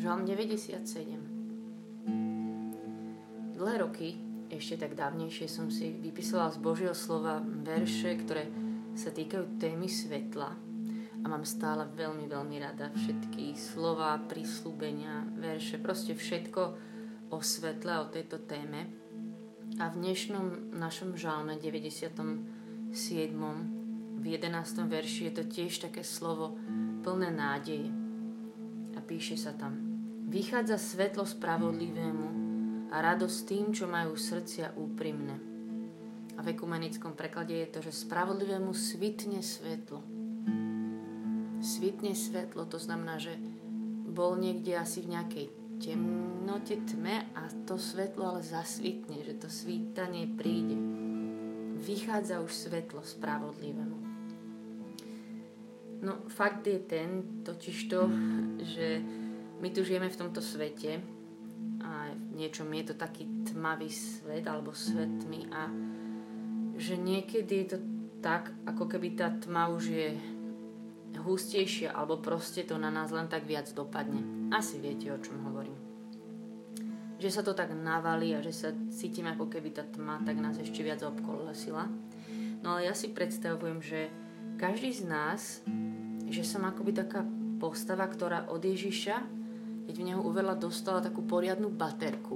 Žalm 97. Dlhé roky, ešte tak dávnejšie, som si vypísala z Božieho slova verše, ktoré sa týkajú témy svetla. A mám stále veľmi, veľmi rada všetky slova, prísľubenia, verše, proste všetko o svetle, o tejto téme. A v dnešnom našom žalme 97. v 11. verši je to tiež také slovo plné nádeje. A píše sa tam: Vychádza svetlo spravodlivému a radosť tým, čo majú srdcia úprimné. A v ekumenickom preklade je to, že spravodlivému svitne svetlo. Svitne svetlo, to znamená, že bol niekde asi v nejakej temnote, tme a to svetlo ale zasvitne, že to svítanie príde. Vychádza už svetlo spravodlivému. No fakt je ten, totižto, že my tu žijeme v tomto svete a v niečom je to taký tmavý svet alebo svet tmy a že niekedy je to tak, ako keby tá tma už je hustejšia alebo proste to na nás len tak viac dopadne. Asi viete, o čom hovorím. Že sa to tak navalí a že sa cítime, ako keby tá tma tak nás ešte viac obkolesila. No ale ja si predstavujem, že každý z nás, že som akoby taká postava, ktorá od Ježiša, keď v neho uverila, dostala takú poriadnu baterku.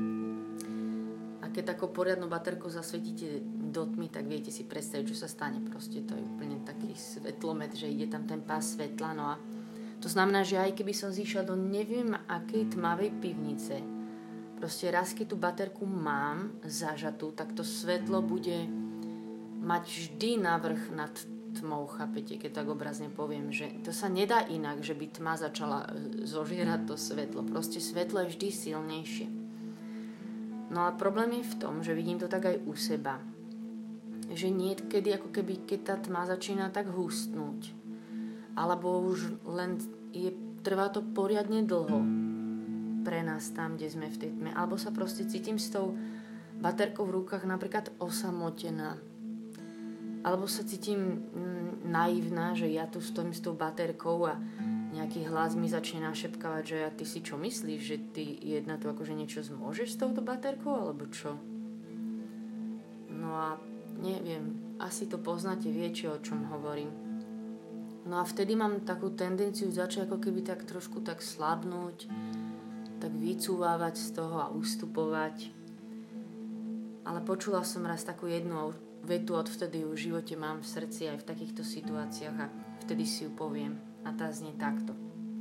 A keď takú poriadnu baterku zasvetíte do tmy, tak viete si predstaviť, čo sa stane. Proste to je úplne taký svetlomet, že ide tam ten pás svetla. No a to znamená, že aj keby som zišla do neviem akej tmavej pivnice, proste raz, keď tú baterku mám zažatú, tak to svetlo bude mať vždy navrch nad tmou, chápete, keď tak obrazne poviem, že to sa nedá inak, že by tma začala zožierať to svetlo. Proste svetlo je vždy silnejšie. No a problém je v tom, že vidím to tak aj u seba. Že niekedy, ako keby, keď tá tma začína tak hustnúť, alebo už len trvá to poriadne dlho pre nás tam, kde sme v tej tme, alebo sa proste cítim s tou baterkou v rukách napríklad osamotená, alebo sa cítim naivná, že ja tu stojím s tou baterkou a nejaký hlas mi začne našepkávať, že ty si čo myslíš, že ty jedna tu akože niečo zmôžeš s touto baterkou, alebo čo? No a neviem, asi to poznáte, viete, o čom hovorím. No a vtedy mám takú tendenciu začať ako keby tak trošku tak slabnúť, tak vycúvávať z toho a ustupovať. Ale počula som raz takú jednu vetu, odvtedy ju v živote mám v srdci aj v takýchto situáciách a vtedy si ju poviem. A tá znie takto.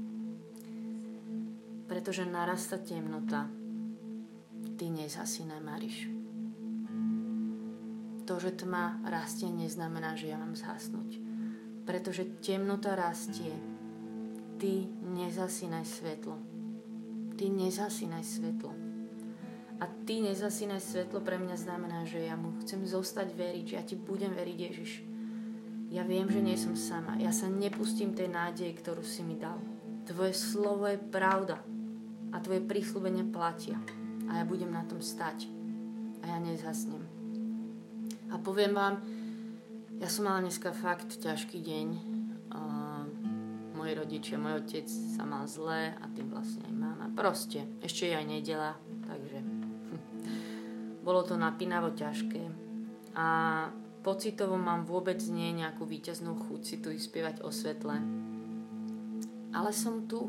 Pretože narasta temnota, ty nezhasínaj, Mariš. To, že tma rastie, neznamená, že ja mám zhasnúť. Pretože temnota rastie, ty nezhasínaj svetlo. Ty nezhasínaj svetlo. A ty nezhasínaj svetlo pre mňa znamená, že ja mu chcem zostať veriť, že ja ti budem veriť, Ježiš. Ja viem, že nie som sama. Ja sa nepustím tej nádeje, ktorú si mi dal. Tvoje slovo je pravda. A tvoje prísľubenia platia. A ja budem na tom stať. A ja nezhasnem. A poviem vám, ja som mala dneska fakt ťažký deň. Moji rodičia, môj otec sa mal zle a tým vlastne aj mama. Proste, ešte je aj nedeľa, takže bolo to napínavo ťažké. A pocitovo mám vôbec nie nejakú víťaznú chuť si tu spievať o svetle. Ale som tu.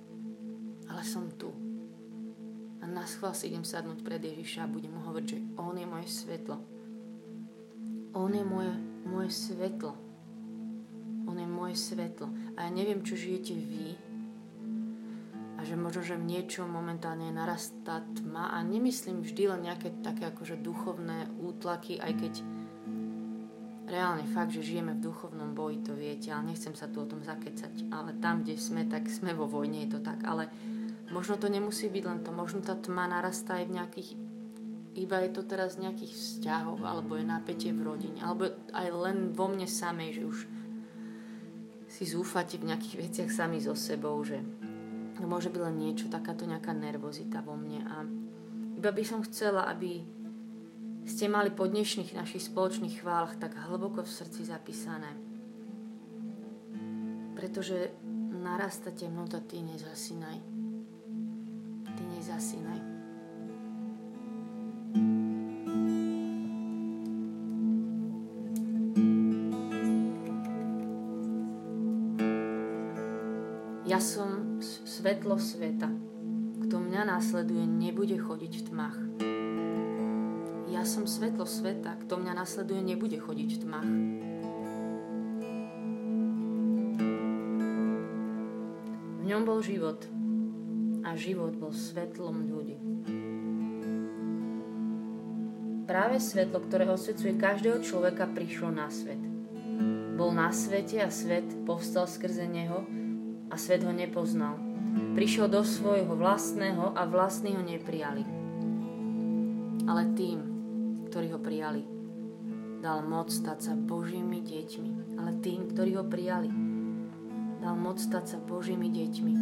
A na schvál si idem sadnúť pred Ježiša a budem mu hovoriť, že on je moje svetlo. On je moje svetlo. On je moje svetlo. A ja neviem, čo žijete vy. A že možno, že v niečom momentálne narastá tma. A nemyslím vždy len nejaké také akože duchovné útlaky, aj keď reálne fakt, že žijeme v duchovnom boji, to viete, ale nechcem sa tu o tom zakecať. Ale tam, kde sme, tak sme vo vojne, je to tak. Ale možno to nemusí byť len to. Možno tá tma narastá aj v nejakých, iba je to teraz nejakých vzťahov, alebo je napätie v rodine, alebo aj len vo mne samej, že už si zúfate v nejakých veciach sami so sebou, že môže byť len niečo, takáto nejaká nervozita vo mne. A iba by som chcela, aby ste mali po dnešných našich spoločných chválach tak hlboko v srdci zapísané. Pretože narasta temnota, ty nezhasínaj. nezasínaj. Ja som svetlo sveta. Kto mňa nasleduje, nebude chodiť v tmách. Ja som svetlo sveta. Kto mňa nasleduje, nebude chodiť v tmách. V ňom bol život a život bol svetlom ľudí. Práve svetlo, ktoré osvecuje každého človeka, prišlo na svet. Bol na svete a svet povstal skrze neho a svet ho nepoznal. Prišiel do svojho vlastného a vlastní ho neprijali. Ale tým, ktorí ho prijali, dal moc stať sa Božími deťmi. Ale tým, ktorí ho prijali, dal moc stať sa Božími deťmi.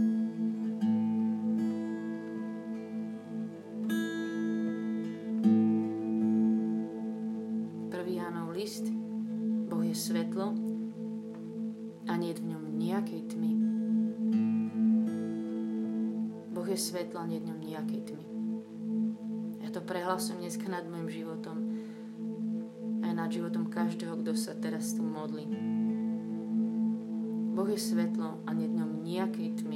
Prvý Jánov list. Boh je svetlo a nie je v ňom nejakej tmy. Boh je svetlo a nie je v ňom nejakej tmy. Ja to prehlasujem dneska nad môjim životom aj nad životom každého, kto sa teraz tu modlí. Boh je svetlo a nie je v ňom nejakej tmy.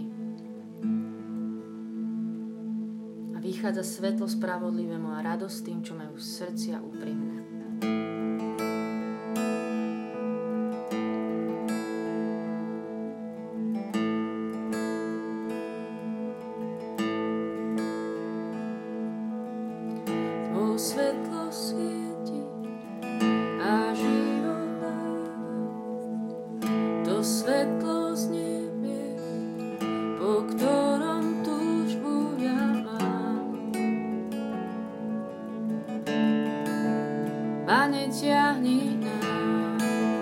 A vychádza svetlo spravodlivému a radosť tým, čo majú srdcia úprimné. Svetlo svieti a život dáva, to svetlo z nebies, po ktorom túžbu ja mám. Pane, ťahni nás,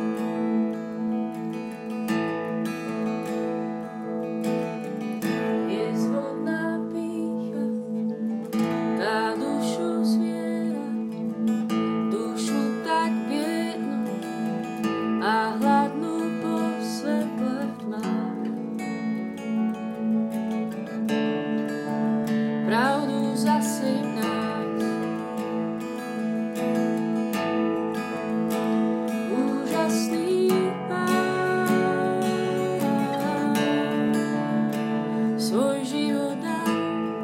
je zvodná pýcha, tá dušu zviera, dušu tak biednu a hladnú po svetle v tmách. Pravdu zasej v nás, úžasný Pán, svoj život dal.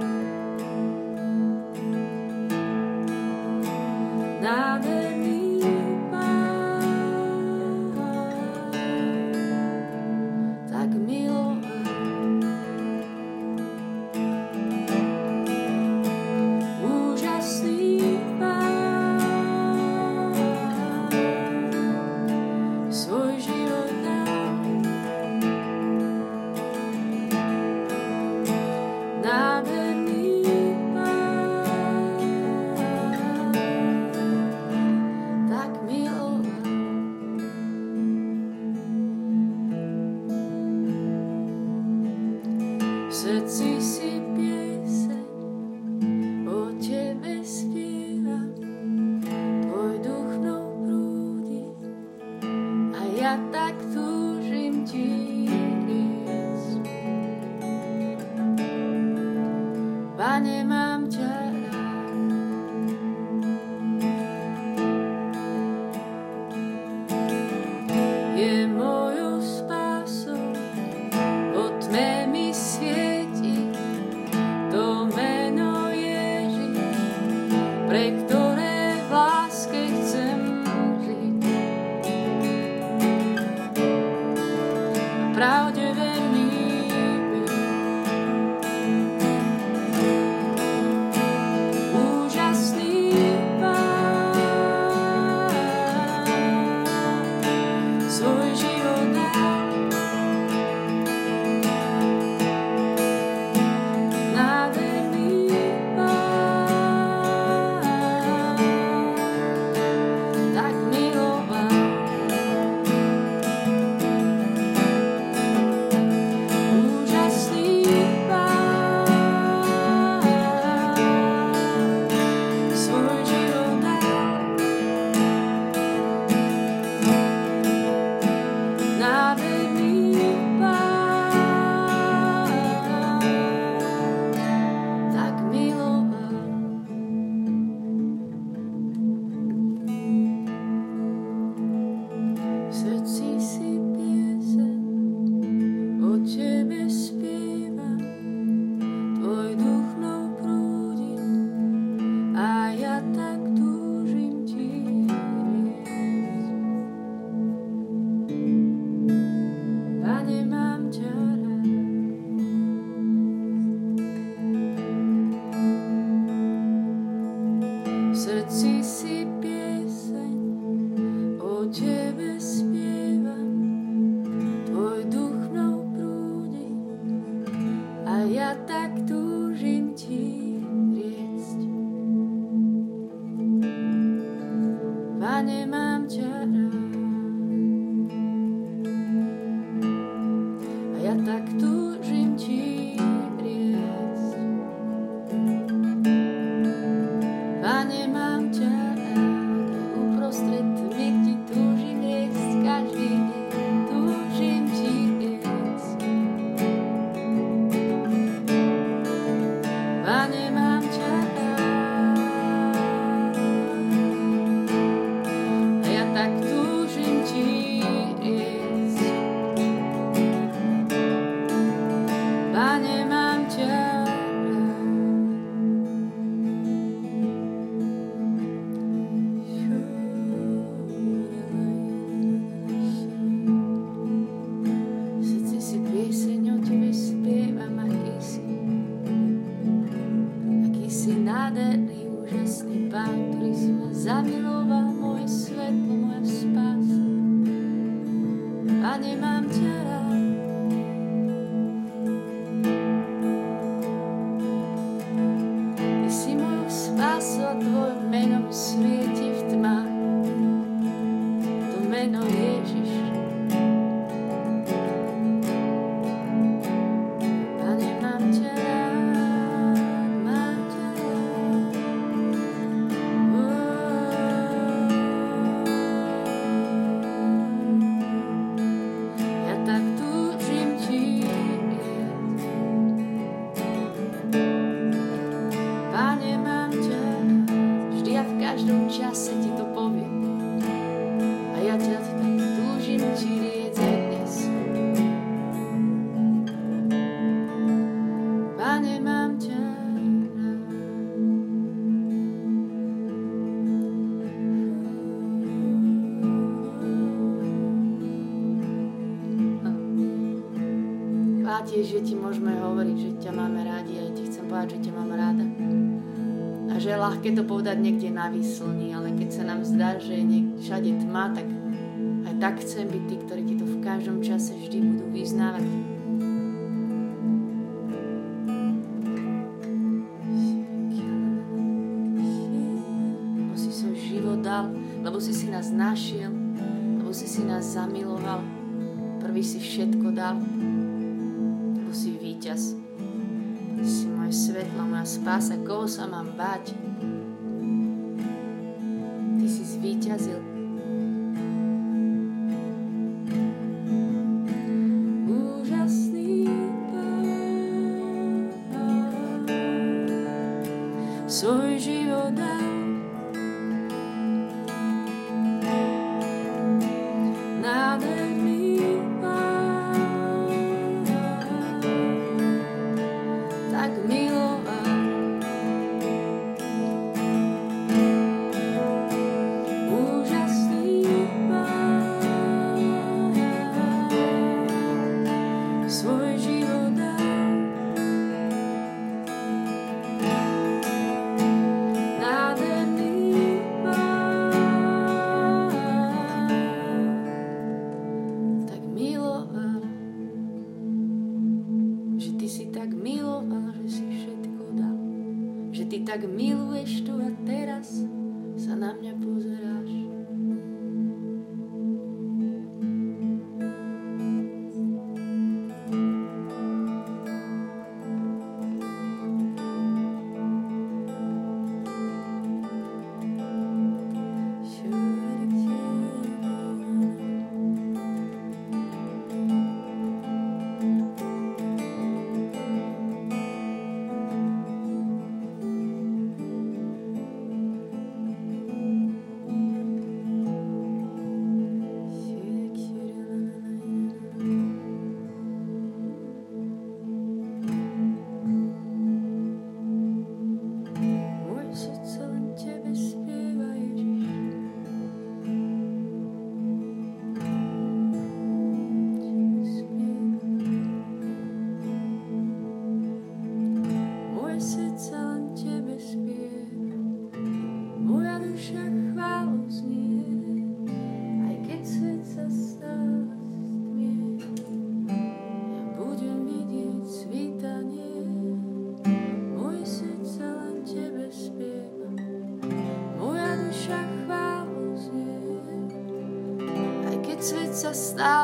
Nádherný Pán, tak miloval. Úžasný Pán, svoj život dal. Nádherný Pán, tak miloval. V srdci si pieseň o tebe spieva, tvoj duch mnou prúdi a ja tak túžim ti ísť. Pane, mám ťa rád. Je mojou spásou, po tme mi svieti to meno Ježiš, pre ktoré v láske chcem žiť. Pravde verný byť. ja tak túžim ti riecť. Pane, mám ťa rád. A ja tak túžim ti riecť. Pane, mám ťa rád. Uprostred tmy ti túžim riecť. Každý deň túžim ti riecť. Pane, mám ťa rád. A ja tak túžim ti riecť. Pane, mám ťa rád. V srdci si pieseň o tebe spievam, aký si nádherný, úžasný Pán, ktorý si ma zamiloval, moje svetlo, moja spása. Pane, mám ťa rád. Ty si moju spásu a tvoje meno mi svieti v tmách. To meno Ježiš. Pane, mám ťa rád, mám ťa rád. Ja tak túžim ti riecť. Pane, mám ťa rád. Vždy a v každom čase ti to poviem. A ja ťa tak túžim ti riecť aj dnes. Pane, mám ťa rád. Chvála ti, že ti môžeme hovoriť, že ťa máme rádi, a ja ti chcem povedať, že ťa mám ráda. A že je ľahké to povedať niekde na výslni, ale keď sa nám zdá, že je všade tma, tak aj tak chcem byť tí, ktorí ti to v každom čase vždy budú vyznávať. Lebo si svoj život dal, lebo si nás našiel, lebo si nás zamiloval. Prvý si všetko dal, lebo si víťaz. Ty si moje svetlo, moja spása, koho sa mám báť? Ty si zvíťazil. Úžasný Pán, svoj život dal. Nádherný Pán, tak miloval. Úžasný Pán, svoj život dal. Nádherný Pán, tak miloval, že ty si tak miloval, že si všetko dal. Že ty tak miluješ tu a teraz sa na mňa pozeráš.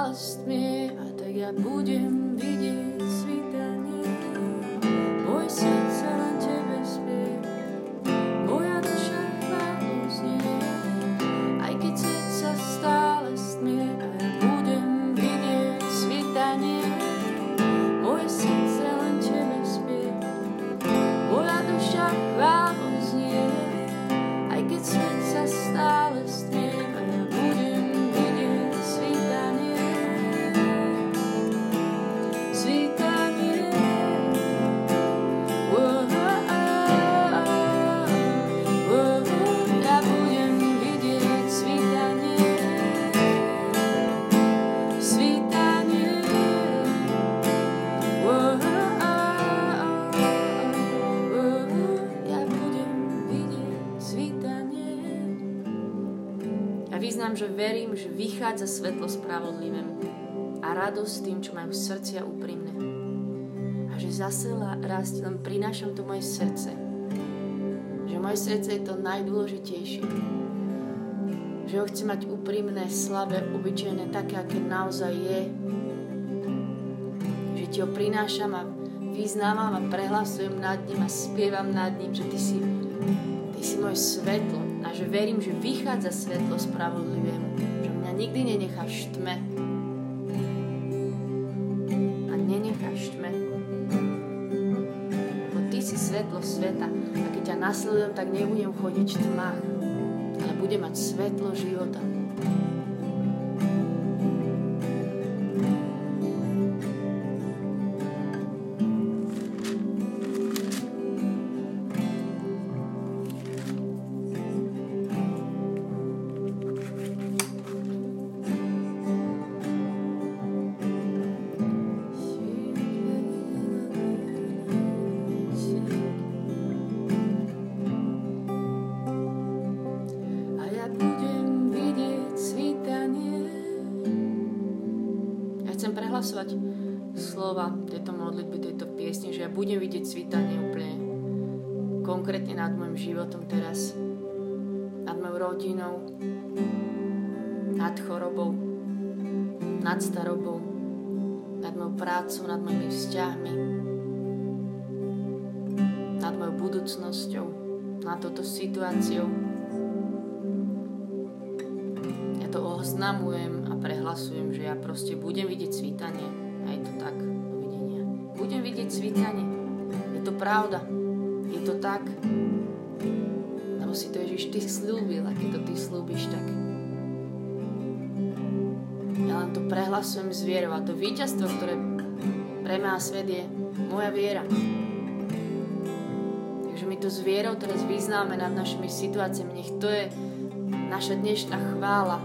stále stmieva, tak ja budem vidieť svítanie. Moje srdce len tebe spieva, moja duša chválu znie. Aj keď svet sa stále stmieva, ja budem vidieť svítanie. Moje srdce len tebe spieva, moja duša chválu znie. Aj keď svet sa stále stmieva, ja budem vidieť svítanie. Svítanie. Ja budem vidieť svítanie. Svítanie. Ja budem vidieť svítanie. Ja vyznám, že verím, že vychádza svetlo spravodlivému a radosť tým, čo majú srdcia úprimné. A že zase raz len prinášam to moje srdce. Že moje srdce je to najdôležitejšie. Že ho chce mať úprimné, slabé, obyčajné, také, aké naozaj je. Že ti ho prinášam a vyznávam a prehlasujem nad ním a spievam nad ním, že ty si moje svetlo a že verím, že vychádza svetlo spravodlivému. Že mňa nikdy nenecháš v tme. A nenecháš v tme. Lebo ty si svetlo sveta a keď ťa nasledujem, tak nebudem chodiť v tmách, ale budem mať svetlo života. Prehlasovať slova tejto modlitby, tejto piesne, že ja budem vidieť svítanie úplne konkrétne nad môjim životom teraz, nad mojou rodinou, nad chorobou, nad starobou, nad mojou prácou, nad mojimi vzťahmi, nad mojou budúcnosťou, nad touto situáciou. Ja to oznamujem a prehlasujem, že ja proste budem vidieť svítanie. A je to tak, dovidenia. Budem vidieť svítanie. Je to pravda. Je to tak. Lebo si to Ježiš ty slúbil, a keď to ty slúbiš, tak ja len to prehlasujem z vierou. A to víťazstvo, ktoré pre mňa svet je moja viera. Takže my to s vierou teraz vyznáme nad našimi situáciami. Nech to je naša dnešná chvála.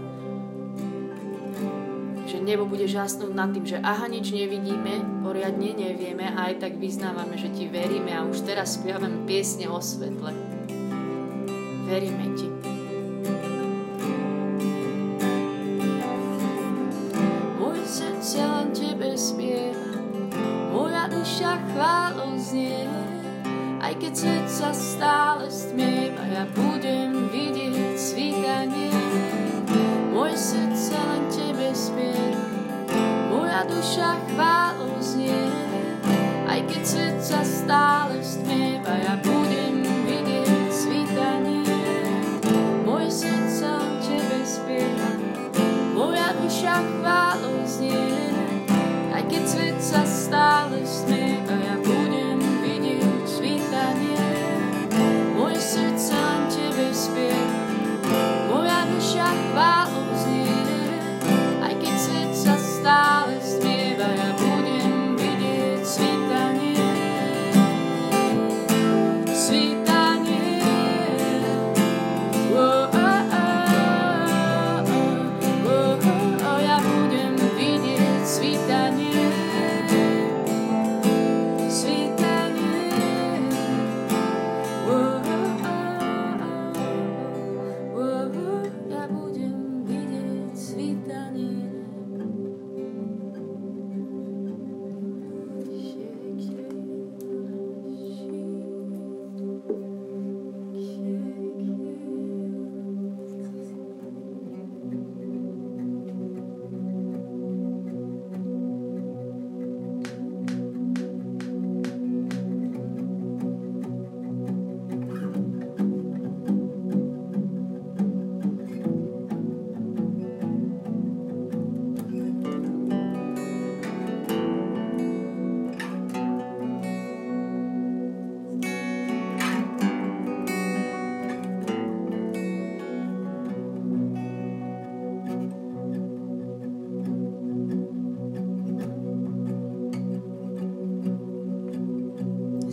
Že nebo bude žasnúť nad tým, že aha, nič nevidíme, poriadne nevieme a aj tak vyznávame, že ti veríme a už teraz spievame piesne o svetle. Veríme ti. Moje srdce len tebe spieva, moja duša chválou znie. Aj keď svet sa stále stmieva, ja budem vidieť svítanie. Moje srdce len tebe spieva, moja duša chválou znie. Aj keď svet sa stále stmieva, ja budem vidieť svítanie. Moje srdce len tebe spieva, moja duša chválou znie. Aj keď svet sa stále stmieva, ja budem vidieť svítanie. Moje srdce len tebe spieva, moja duša chválou znie. Aj keď svet sa stále stmieva, ja budem vidieť svítanie. Svítanie. Ja budem vidieť svítanie.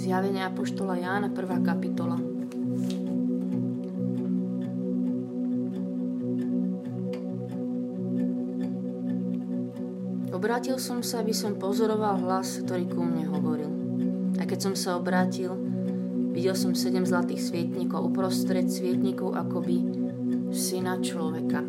Zjavenie apoštola Jána, 1. kapitola. Obrátil som sa, aby som pozoroval hlas, ktorý ku mne hovoril. A keď som sa obrátil, videl som 7 zlatých svietnikov, uprostred svietnikov akoby syna človeka.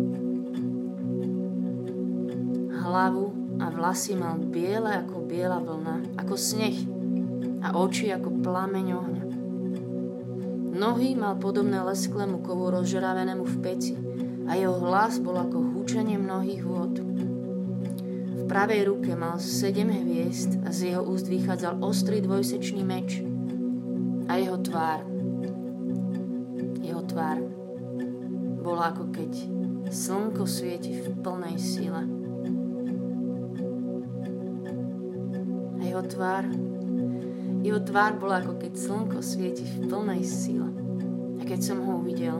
Hlavu a vlasy mal biele ako biela vlna, ako sneh, a oči ako plameň ohňa. Nohy mal podobné lesklému kovu rozžravenému v peci a jeho hlas bol ako húčanie mnohých vôd. V pravej ruke mal 7 hviezd a z jeho úst vychádzal ostrý dvojsečný meč. A jeho tvár bola ako keď slnko svieti v plnej sile. A jeho tvár bola ako keď slnko svieti v plnej sile. A keď som ho uvidel,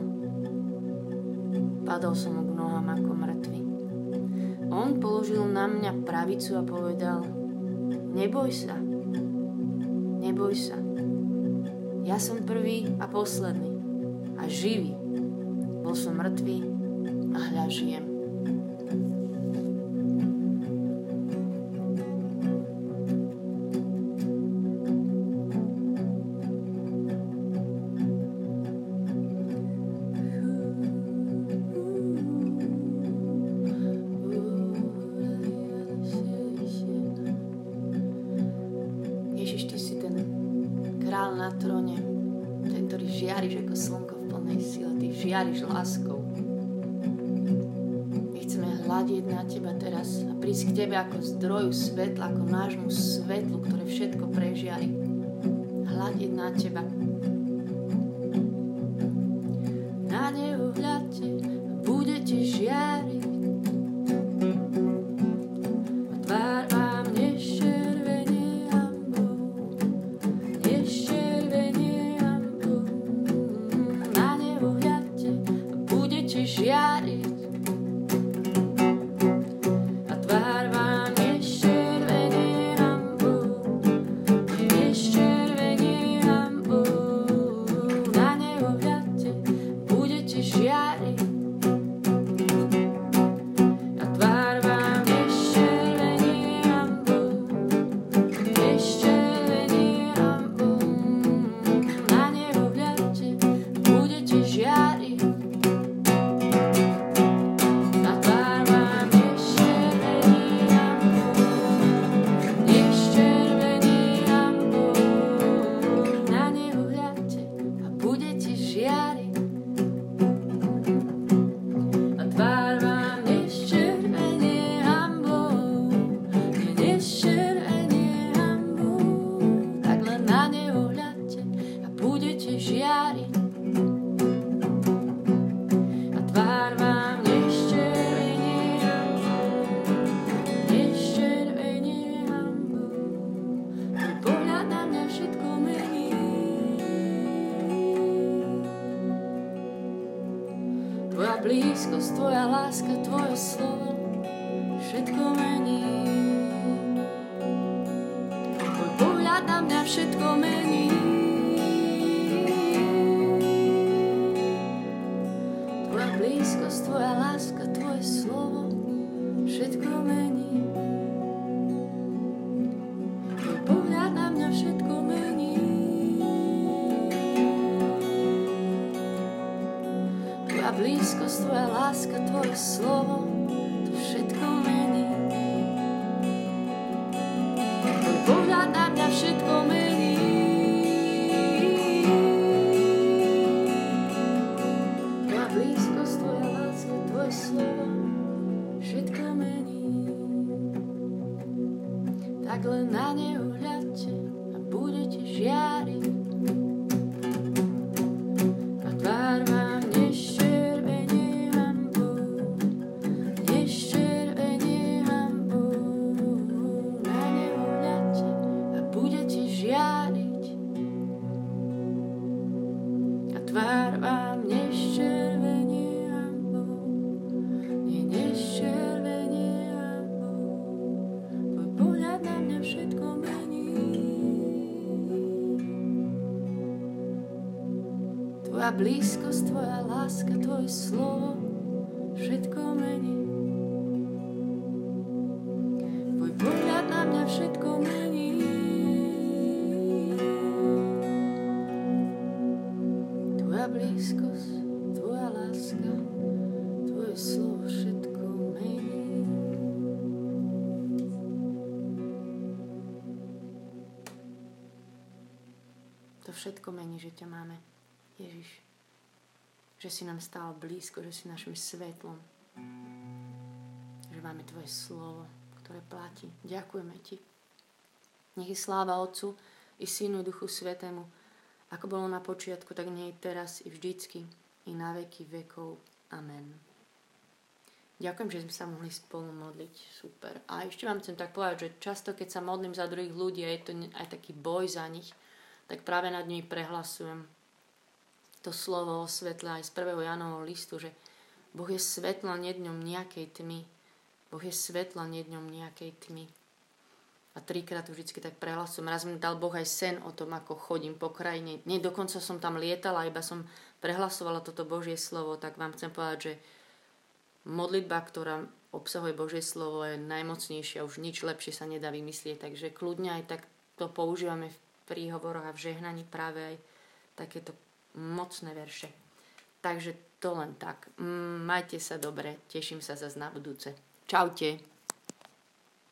padol som mu k nohám ako mŕtvy. On položil na mňa pravicu a povedal: Neboj sa. Ja som prvý a posledný a živý. Bol som mŕtvý a hľa žijem. Ježiš, ty si ten král na tróne, ten, ktorý žiariš ako slnko v plnej sile. Ty žiariš láskou. My chceme hľadiť na teba teraz a prísť k tebe ako zdroju svetla, ako nášmu svetlu, ktoré všetko prežiari. Hľadiť na teba. Na neho hľadte a budete žiariť. Tvoja blízkosť, tvoja láska, tvoje slovo všetko mení. Tvoj pohľad na mňa všetko mení. Tvoja blízkosť, tvoja láska, tvoje slovo všetko mení. Tvoj pohľad na mňa všetko mení. Tvoja blízkosť, tvoja láska, tvoje slovo, to všetko mení. Tvoj pohľad na mňa všetko mení. Tvoja blízkosť, tvoja láska, tvoje slovo, všetko mení. Tak len na neho hľadte a budete žiariť. A tvár vám neščervenie hanbou, Tvoja blízkosť, Tvoja láska, Tvoje slovo všetko mení. Tvoj pohľad na mňa všetko mení. Tvoja blízkosť, Tvoja láska, Tvoje slovo všetko mení. To všetko mení, že ťa máme, Ježiš. Že si nám stál blízko, že si našim svetlom. Že máme Tvoje slovo, ktoré platí. Ďakujeme Ti. Nech je sláva Otcu i Synu i Duchu Svätému, ako bolo na počiatku, tak nie je teraz i vždycky, i na veky vekov. Amen. Ďakujem, že sme sa mohli spolu modliť. Super. A ešte vám chcem tak povedať, že často, keď sa modlím za druhých ľudí a je to aj taký boj za nich, tak práve nad nimi prehlasujem to slovo o svetle aj z 1. Jánovho listu, že Boh je svetlo, nie dňom nejakej tmy. Boh je svetlo, nie dňom nejakej tmy. A 3-krát vždycky tak prehlasujem. Raz mi dal Boh aj sen o tom, ako chodím po krajine. Nie, dokonca som tam lietala, iba som prehlasovala toto Božie slovo. Tak vám chcem povedať, že modlitba, ktorá obsahuje Božie slovo, je najmocnejšia. Už nič lepšie sa nedá vymyslieť. Takže kľudne aj tak to používame v príhovoroch a v žehnaní práve aj takéto mocné verše. Takže to len tak. Majte sa dobre. Teším sa zase na budúce. Čaute.